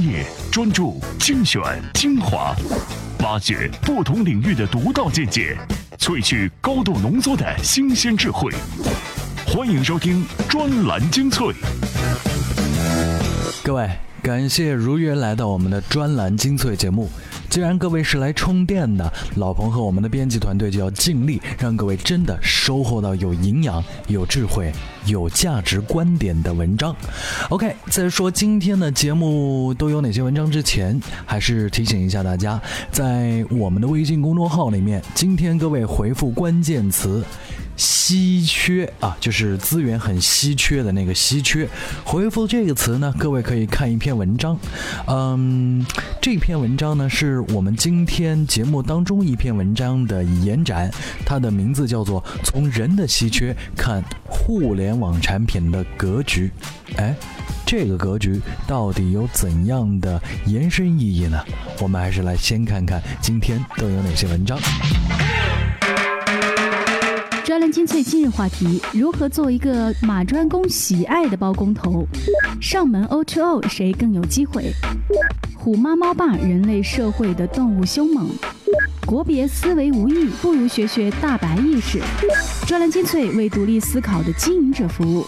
业、专注、精选、精华，挖掘不同领域的独到见解，萃取高度浓缩的新鲜智慧。欢迎收听专栏精粹。 各位，感谢如约来到我们的专栏精粹节目。既然各位是来充电的，老彭和我们的编辑团队就要尽力让各位真的收获到有营养、有智慧、有价值观点的文章。 OK， 在说今天的节目都有哪些文章之前，还是提醒一下大家，在我们的微信公众号里面，今天各位回复关键词稀缺啊，就是资源很稀缺的那个稀缺，回复这个词呢，各位可以看一篇文章。这篇文章呢是我们今天节目当中一篇文章的延展，它的名字叫做从人的稀缺看互联网产品的格局。这个格局到底有怎样的延伸意义呢？我们还是来先看看今天都有哪些文章。 专栏精粹今日话题：如何做一个马专工喜爱的包工头？上门 O2O 谁更有机会？虎妈猫爸人类社会的动物凶猛，国别思维无益，不如学学大白意识。专栏精粹为独立思考的经营者服务。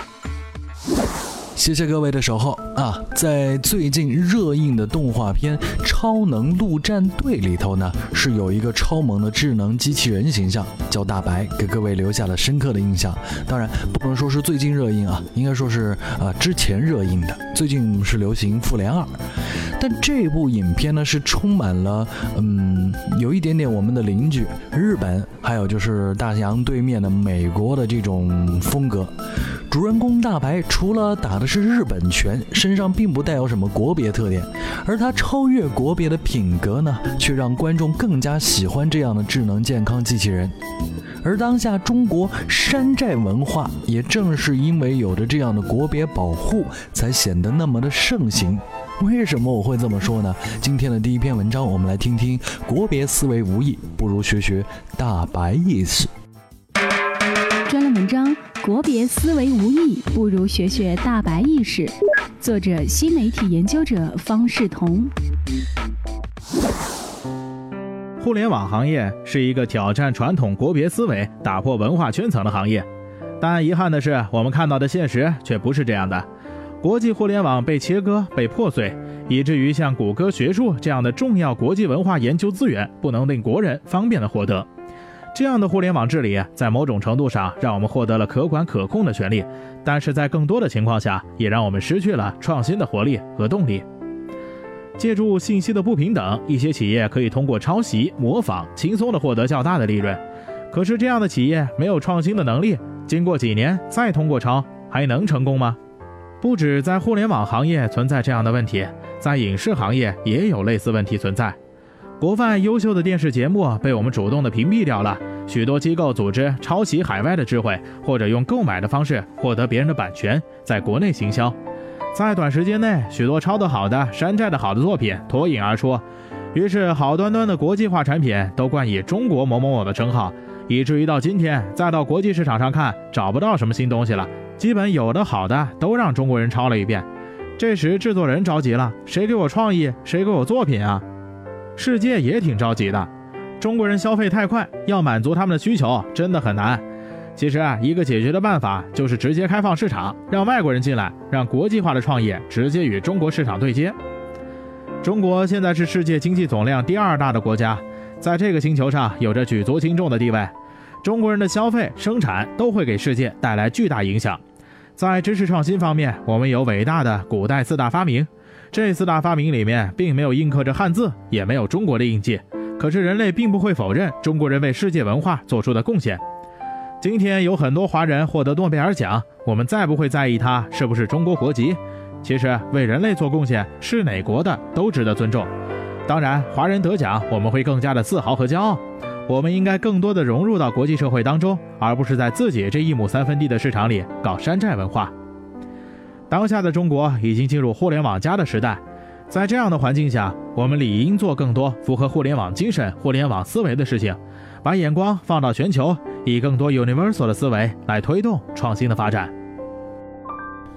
谢谢各位的守候啊！在最近热映的动画片《超能陆战队》里头呢，是有一个超萌的智能机器人形象，叫大白，给各位留下了深刻的印象。当然不能说是最近热映啊，应该说是之前热映的。最近是流行复联2，但这部影片呢是充满了有一点点我们的邻居日本，还有就是大洋对面的美国的这种风格。主人公大白除了打的是日本拳，身上并不带有什么国别特点，而他超越国别的品格呢，却让观众更加喜欢这样的智能健康机器人。而当下中国山寨文化也正是因为有着这样的国别保护，才显得那么的盛行。为什么我会这么说呢？今天的第一篇文章，我们来听听国别思维无益，不如学学大白意识。 专栏文章：国别思维无益，不如学学大白意识。作者：新媒体研究者方世彤。 互联网行业是一个挑战传统国别思维、打破文化圈层的行业，但遗憾的是，我们看到的现实却不是这样的。国际互联网被切割、被破碎，以至于像谷歌学术这样的重要国际文化研究资源不能令国人方便的获得。这样的互联网治理在某种程度上让我们获得了可管可控的权利，但是在更多的情况下也让我们失去了创新的活力和动力。借助信息的不平等，一些企业可以通过抄袭、模仿轻松地获得较大的利润。可是这样的企业没有创新的能力，经过几年再通过抄，还能成功吗？不止在互联网行业存在这样的问题，在影视行业也有类似问题存在。国外优秀的电视节目被我们主动地屏蔽掉了，许多机构组织抄袭海外的智慧，或者用购买的方式获得别人的版权，在国内行销。在短时间内，许多抄得好的、山寨的好的作品脱颖而出，于是好端端的国际化产品都冠以中国某某某的称号，以至于到今天再到国际市场上看，找不到什么新东西了，基本有的好的都让中国人抄了一遍。这时制作人着急了，谁给我创意，谁给我作品啊？世界也挺着急的，中国人消费太快，要满足他们的需求真的很难。其实一个解决的办法就是直接开放市场，让外国人进来，让国际化的创业直接与中国市场对接。中国现在是世界经济总量第2大的国家，在这个星球上有着举足轻重的地位。中国人的消费、生产都会给世界带来巨大影响。在知识创新方面，我们有伟大的古代4大发明，这4大发明里面并没有印刻着汉字，也没有中国的印记，可是人类并不会否认中国人为世界文化做出的贡献。今天有很多华人获得诺贝尔奖，我们再不会在意他是不是中国国籍。其实为人类做贡献，是哪国的都值得尊重。当然，华人得奖，我们会更加的自豪和骄傲。我们应该更多的融入到国际社会当中，而不是在自己这1亩3分地的市场里搞山寨文化。当下的中国已经进入互联网加的时代，在这样的环境下，我们理应做更多符合互联网精神、互联网思维的事情，把眼光放到全球，以更多 universal 的思维来推动创新的发展。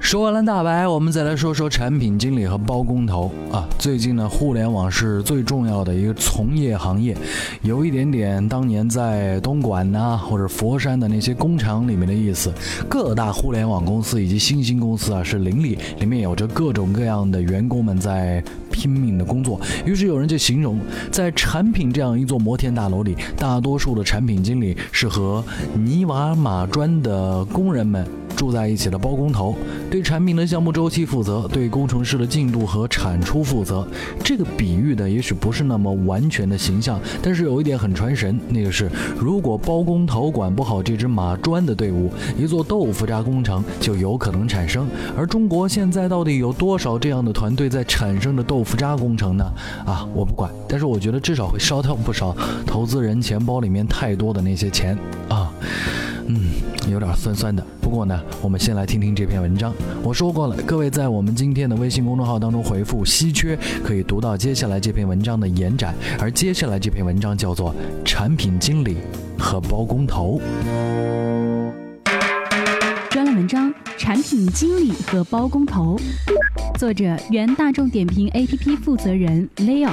说完了大白，我们再来说说产品经理和包工头啊。最近呢，互联网是最重要的一个从业行业，有一点点当年在东莞呐或者佛山的那些工厂里面的意思。各大互联网公司以及新兴公司啊是林立，里面有着各种各样的员工们在拼命的工作。于是有人就形容，在产品这样一座摩天大楼里，大多数的产品经理是和泥瓦码砖的工人们住在一起的包工头，对产品的项目周期负责，对工程师的进度和产出负责。这个比喻的也许不是那么完全的形象，但是有一点很传神，那个是如果包工头管不好这支码砖的队伍，一座豆腐渣工程就有可能产生。而中国现在到底有多少这样的团队在产生的豆腐渣工程呢？我不管，但是我觉得至少会烧掉不少投资人钱包里面太多的那些钱啊。有点酸酸的。不过呢，我们先来听听这篇文章。我说过了，各位在我们今天的微信公众号当中回复稀缺，可以读到接下来这篇文章的延展。而接下来这篇文章叫做产品经理和包工头。 专栏文章：产品经理和包工头，作者原大众点评 APP 负责人 Leo。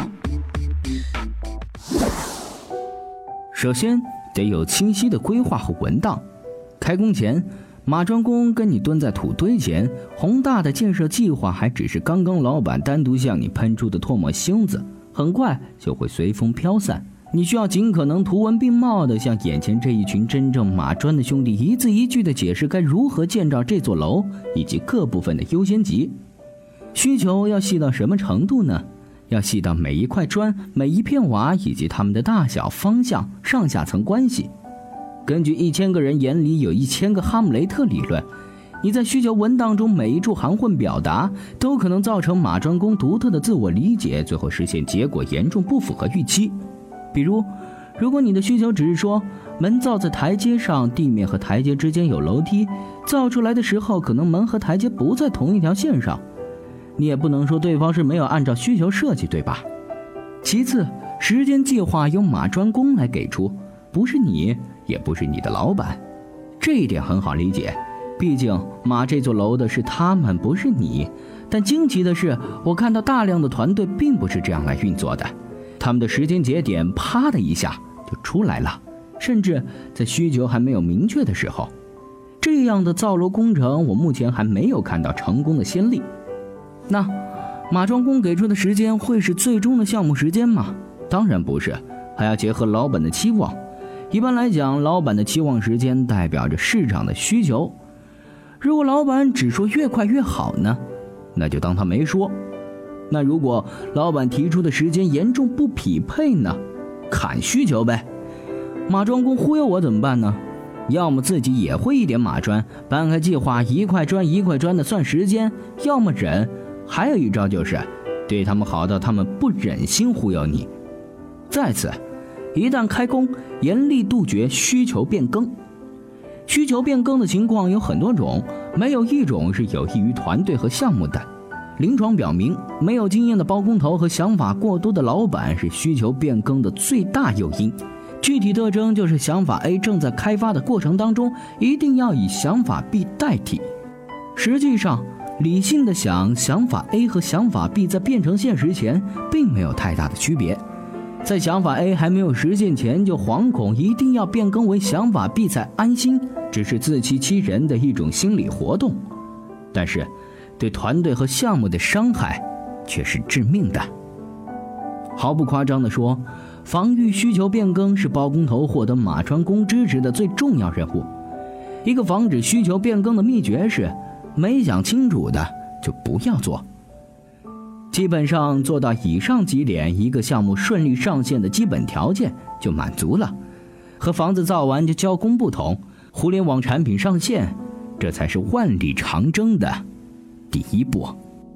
首先得有清晰的规划和文档。开工前，码砖工跟你蹲在土堆前，宏大的建设计划还只是刚刚老板单独向你喷出的唾沫星子，很快就会随风飘散。你需要尽可能图文并茂地向眼前这一群真正码砖的兄弟一字一句地解释该如何建造这座楼以及各部分的优先级。需求要细到什么程度呢？要细到每一块砖、每一片瓦以及它们的大小、方向、上下层关系。根据1000个人眼里有1000个哈姆雷特理论，你在需求文档中每一处含混表达，都可能造成码砖工独特的自我理解，最后实现结果严重不符合预期。比如，如果你的需求只是说门造在台阶上，地面和台阶之间有楼梯，造出来的时候可能门和台阶不在同一条线上，你也不能说对方是没有按照需求设计，对吧？其次，时间计划由码砖工来给出，不是你，也不是你的老板。这一点很好理解，毕竟码这座楼的是他们，不是你。但惊奇的是，我看到大量的团队并不是这样来运作的，他们的时间节点啪的一下就出来了，甚至在需求还没有明确的时候。这样的造楼工程，我目前还没有看到成功的先例。那码砖工给出的时间会是最终的项目时间吗？当然不是，还要结合老板的期望。一般来讲，老板的期望时间代表着市场的需求。如果老板只说越快越好呢，那就当他没说。那如果老板提出的时间严重不匹配呢，砍需求呗。码砖工忽悠我怎么办呢？要么自己也会一点码砖，搬开计划一块砖一块砖的算时间，要么忍。还有一招就是对他们好到他们不忍心忽悠你。再次，一旦开工，严厉杜绝需求变更。需求变更的情况有很多种，没有一种是有益于团队和项目的。临床表明，没有经验的包工头和想法过多的老板是需求变更的最大诱因。具体特征就是想法 A 正在开发的过程当中，一定要以想法 B 代替。实际上，理性的想法 A 和想法 B 在变成现实前并没有太大的区别。在想法 A 还没有实现前就惶恐一定要变更为想法 B 才安心，只是自欺欺人的一种心理活动。但是对团队和项目的伤害却是致命的。毫不夸张地说，防御需求变更是包工头获得码砖工支持的最重要任务。一个防止需求变更的秘诀是，没想清楚的就不要做。基本上做到以上几点，一个项目顺利上线的基本条件就满足了。和房子造完就交工不同，互联网产品上线，这才是万里长征的第一步。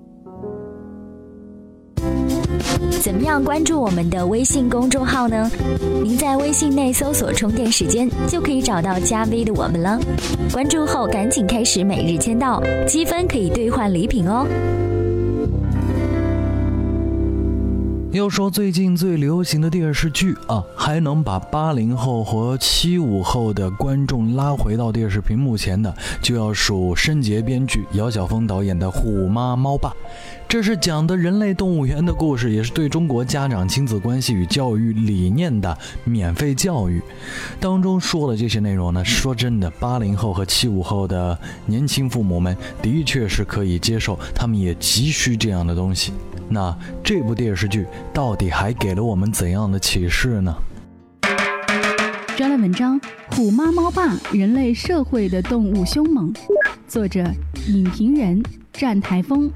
怎么样关注我们的微信公众号呢？您在微信内搜索充电时间，就可以找到加 V 的我们了。关注后赶紧开始每日签到，积分可以兑换礼品哦。 要说最近最流行的电视剧啊，还能把80后和75后的观众拉回到电视屏幕前的，就要数申杰编剧、姚晓峰导演的《虎妈猫爸》。这是讲的人类动物园的故事，也是对中国家长亲子关系与教育理念的免费教育。当中说了这些内容呢，说真的，80后和75后的年轻父母们的确是可以接受，他们也急需这样的东西。那这部电视剧到底还给了我们怎样的启示呢？ 专栏文章《虎妈猫爸：人类社会的动物凶猛》，作者影评人战台风。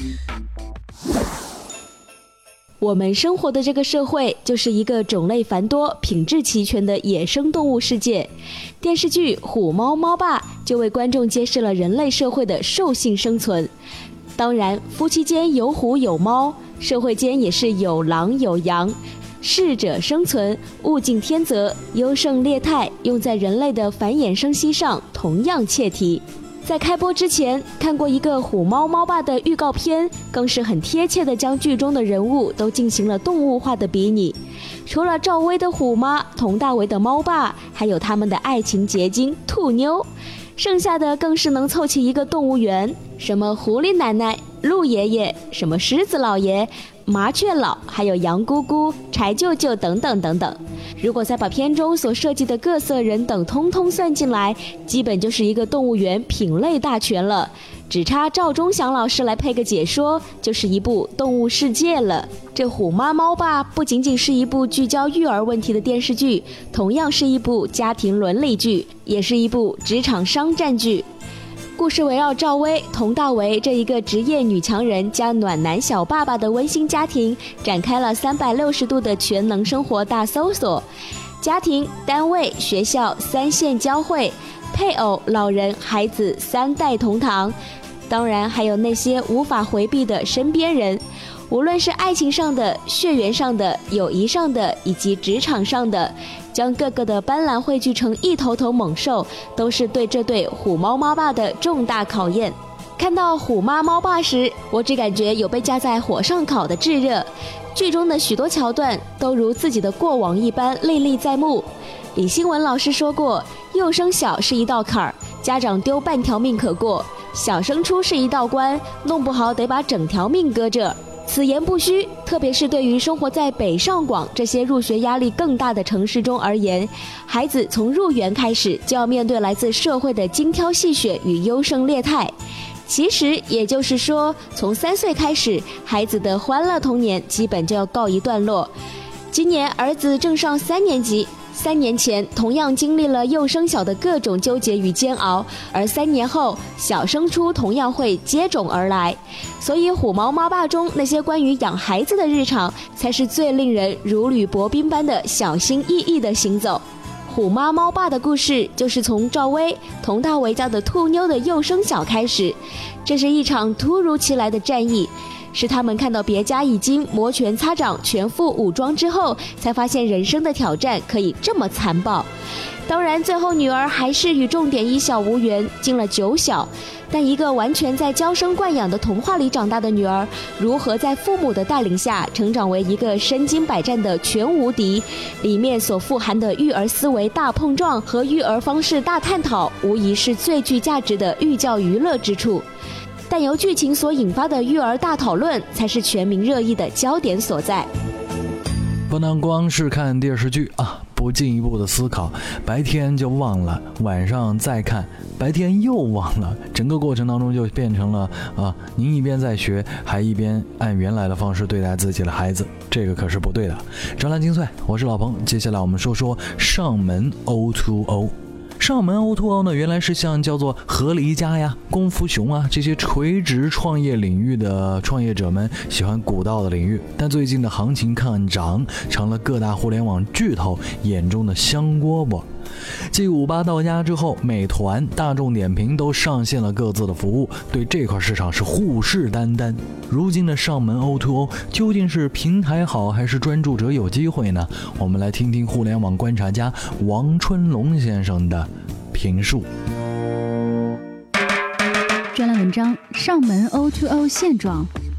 我们生活的这个社会就是一个种类繁多、品质齐全的野生动物世界。电视剧《虎猫猫爸》就为观众揭示了人类社会的兽性生存。当然，夫妻间有虎有猫，社会间也是有狼有羊。适者生存，物竞天择，优胜劣汰，用在人类的繁衍生息上同样切题。在开播之前看过一个虎猫猫爸的预告片，更是很贴切地将剧中的人物都进行了动物化的比拟。除了赵薇的虎妈、佟大为的猫爸，还有他们的爱情结晶兔妞，剩下的更是能凑齐一个动物园，什么狐狸奶奶、鹿爷爷，什么狮子老爷、麻雀佬，还有羊姑姑、柴舅舅等等等等。如果再把片中所设计的各色人等通通算进来，基本就是一个动物园品类大全了。只差赵忠祥老师来配个解说，就是一部动物世界了。这《虎妈猫爸》不仅仅是一部聚焦育儿问题的电视剧，同样是一部家庭伦理剧，也是一部职场商战剧。故事围绕赵薇、佟大为这一个职业女强人加暖男小爸爸的温馨家庭，展开了360度的全能生活大搜索。家庭、单位、学校3线交汇，配偶、老人、孩子3代同堂，当然还有那些无法回避的身边人。无论是爱情上的、血缘上的、友谊上的，以及职场上的，将各个的斑斓汇聚成一头头猛兽，都是对这对虎猫猫爸的重大考验。看到虎妈猫爸时，我只感觉有被架在火上烤的炙热。剧中的许多桥段都如自己的过往一般历历在目。李新文老师说过，幼升小是一道坎儿，家长丢半条命可过；小升初是一道关，弄不好得把整条命搁这。此言不虚，特别是对于生活在北上广这些入学压力更大的城市中而言，孩子从入园开始就要面对来自社会的精挑细选与优胜劣汰。其实也就是说，从3岁开始，孩子的欢乐童年基本就要告一段落。今年儿子正上3年级，3年前同样经历了幼升小的各种纠结与煎熬，而3年后小升初同样会接踵而来。所以虎猫猫爸中那些关于养孩子的日常，才是最令人如履薄冰般的小心翼翼的行走。虎妈猫爸的故事就是从赵薇、佟大为家的兔妞的幼升小开始，这是一场突如其来的战役，是他们看到别家已经摩拳擦掌、全副武装之后，才发现人生的挑战可以这么残暴。当然，最后女儿还是与重点1小无缘，进了9小。但一个完全在娇生惯养的童话里长大的女儿，如何在父母的带领下成长为一个身经百战的全无敌？里面所富含的育儿思维大碰撞和育儿方式大探讨，无疑是最具价值的寓教于乐之处。但由剧情所引发的育儿大讨论，才是全民热议的焦点所在。 不能光是看电视剧啊，不进一步的思考，白天就忘了，晚上再看，白天又忘了，整个过程当中就变成了您一边在学，还一边按原来的方式对待自己的孩子，这个可是不对的。专栏精粹，我是老彭，接下来我们说说上门 O2O。上门 O2O 呢，原来是像叫做何离家呀、功夫熊啊这些垂直创业领域的创业者们喜欢鼓捣的领域，但最近的行情看涨，成了各大互联网巨头眼中的香饽饽。继58到家之后，美团、大众点评都上线了各自的服务，对这块市场是虎视眈眈。如今的上门 O2O 究竟是平台好还是专注者有机会呢？我们来听听互联网观察家王春龙先生的评述。 专栏文章：上门 O2O 现状。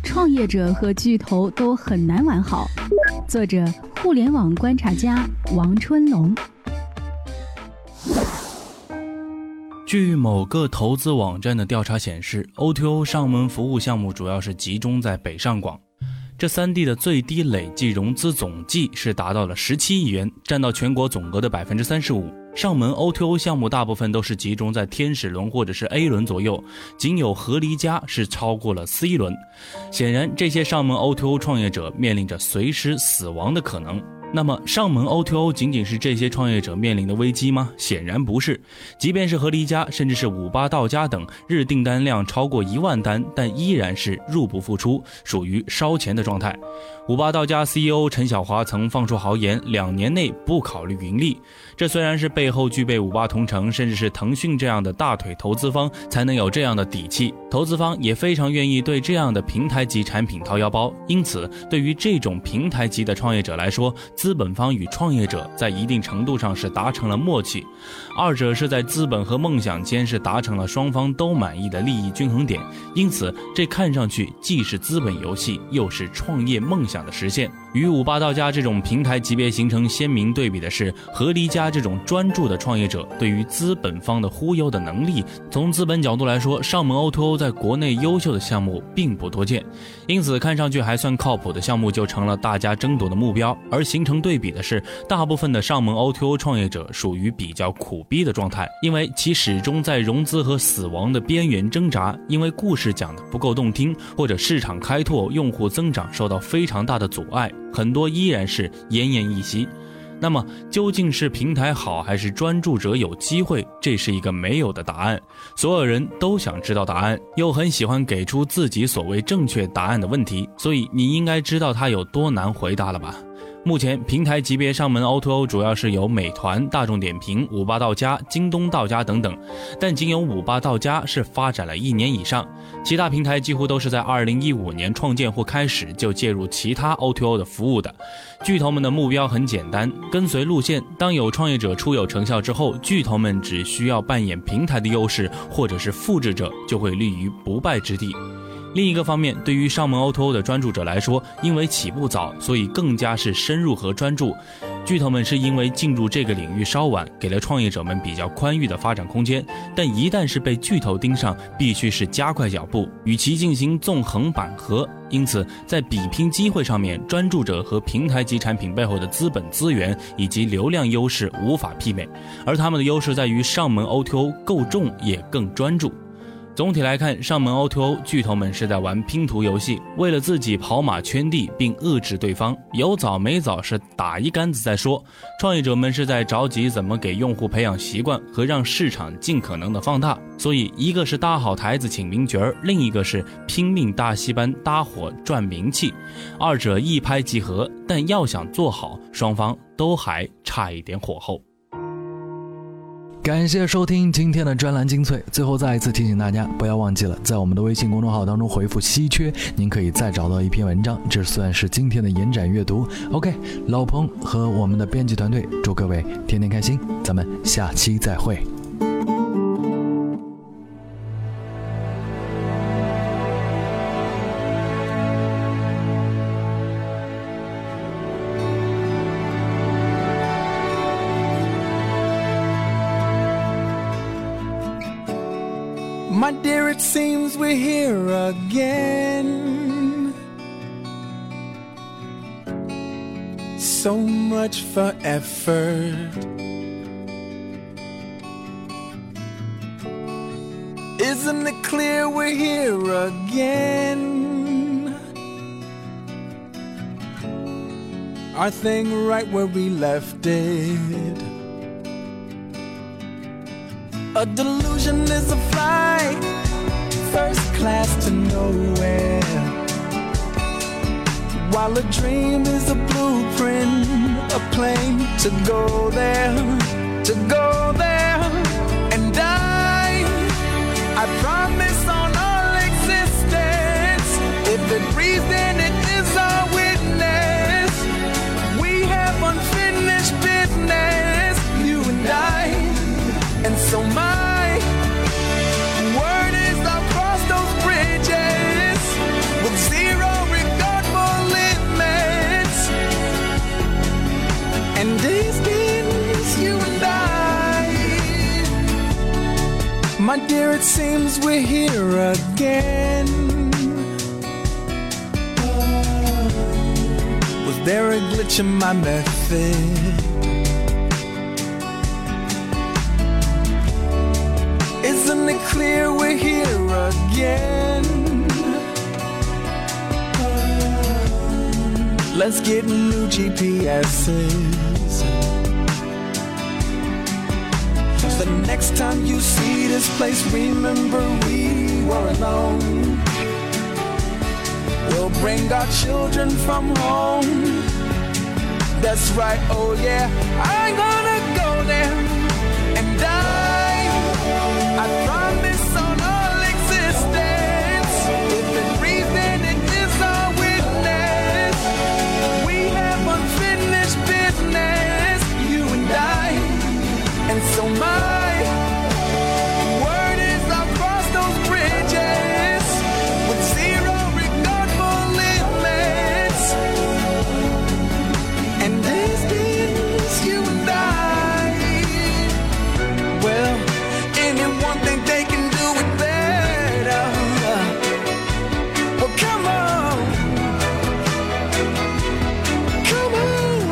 创业者和巨头都很难玩好。作者：互联网观察家王春龙。 据某个投资网站的调查显示， O2O 上门服务项目主要是集中在北上广，这3地的最低累计融资总计是达到了17亿元，占到全国总额的 35%。 上门 O2O 项目大部分都是集中在天使轮或者是 A 轮左右，仅有合离家是超过了 C 轮。显然，这些上门 O2O 创业者面临着随时死亡的可能。那么上门 O2O 仅仅是这些创业者面临的危机吗？显然不是。即便是合离家甚至是58到家等日订单量超过1万单，但依然是入不敷出，属于烧钱的状态。58到家 CEO 陈小华曾放出豪言，2年内不考虑盈利。这虽然是背后具备58同城甚至是腾讯这样的大腿投资方才能有这样的底气，投资方也非常愿意对这样的平台级产品掏腰包。因此对于这种平台级的创业者来说，资本方与创业者在一定程度上是达成了默契，二者是在资本和梦想间是达成了双方都满意的利益均衡点，因此这看上去既是资本游戏，又是创业梦想的实现。与58到家这种平台级别形成鲜明对比的是，合离家这种专注的创业者对于资本方的忽悠的能力。从资本角度来说，上门 O2O 在国内优秀的项目并不多见，因此看上去还算靠谱的项目就成了大家争夺的目标。而形成对比的是，大部分的上门 O2O 创业者属于比较苦逼的状态，因为其始终在融资和死亡的边缘挣扎，因为故事讲得不够动听，或者市场开拓、用户增长受到非常大的阻碍，很多依然是奄奄一息。那么究竟是平台好还是专注者有机会？这是一个没有的答案，所有人都想知道答案，又很喜欢给出自己所谓正确答案的问题，所以你应该知道它有多难回答了吧。目前平台级别上门 O2O 主要是由美团、大众点评、58到家、京东到家等等，但仅有58到家是发展了1年以上，其他平台几乎都是在2015年创建或开始就介入其他 O2O 的服务的。巨头们的目标很简单，跟随路线，当有创业者初有成效之后，巨头们只需要扮演平台的优势或者是复制者，就会立于不败之地。另一个方面，对于上门 O2O 的专注者来说，因为起步早，所以更加是深入和专注。巨头们是因为进入这个领域稍晚，给了创业者们比较宽裕的发展空间，但一旦是被巨头盯上，必须是加快脚步，与其进行纵横捭阖。因此在比拼机会上面，专注者和平台级产品背后的资本资源以及流量优势无法媲美，而他们的优势在于上门 O2O 够重也更专注。总体来看，上门 O2O 巨头们是在玩拼图游戏，为了自己跑马圈地并遏制对方，有早没早是打一竿子再说。创业者们是在着急怎么给用户培养习惯和让市场尽可能的放大，所以一个是搭好台子请名角，另一个是拼命大戏班搭伙赚名气，二者一拍即合，但要想做好，双方都还差一点火候。 感谢收听今天的专栏精粹。最后再一次提醒大家，不要忘记了在我们的微信公众号当中回复稀缺，您可以再找到一篇文章，这算是今天的延展阅读。 OK， 老彭和我们的编辑团队祝各位天天开心，咱们下期再会。 My dear, it seems we're here again. So much for effort. Isn't it clear we're here again? Our thing right where we left it. A delusion is a flight, first class to nowhere, while a dream is a blueprint, a plane to go there, to go there. And I promise on all existence, if it breathes then it is our witness. We have unfinished business, you and I. And so my word is I'll cross those bridges with zero My dear, it seems we're here again. Was there a glitch in my method? Isn't it clear we're here again? Let's get new GPSs. The next time you see this place, remember we were alone. We'll bring our children from home. That's right, oh yeah, I'm gonna go there and I promise on all existence. Within reason, it is our witness. We have unfinished business, you and I. And so my word is I'll cross those bridges with zero regard for limits. And this is you and I. Well, anyone think they can do it better? Well, come on. Come on.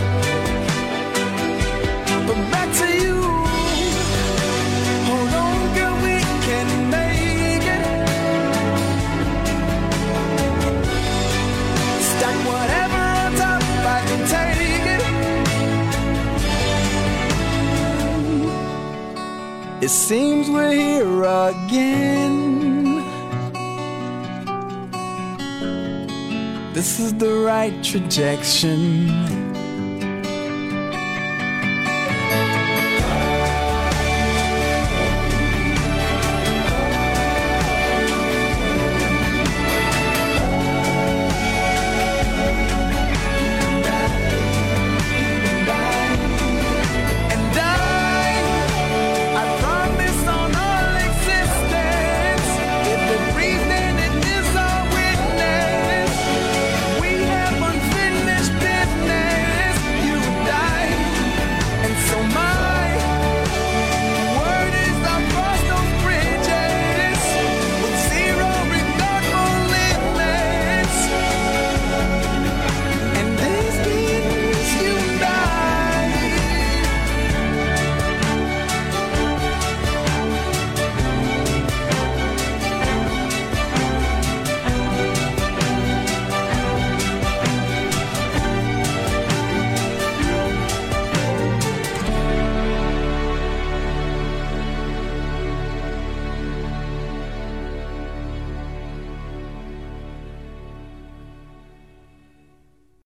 But back to you. Hold on, girl, we can make it. Stack whatever on top, I can take it. It seems we're here again. This is the right trajectory.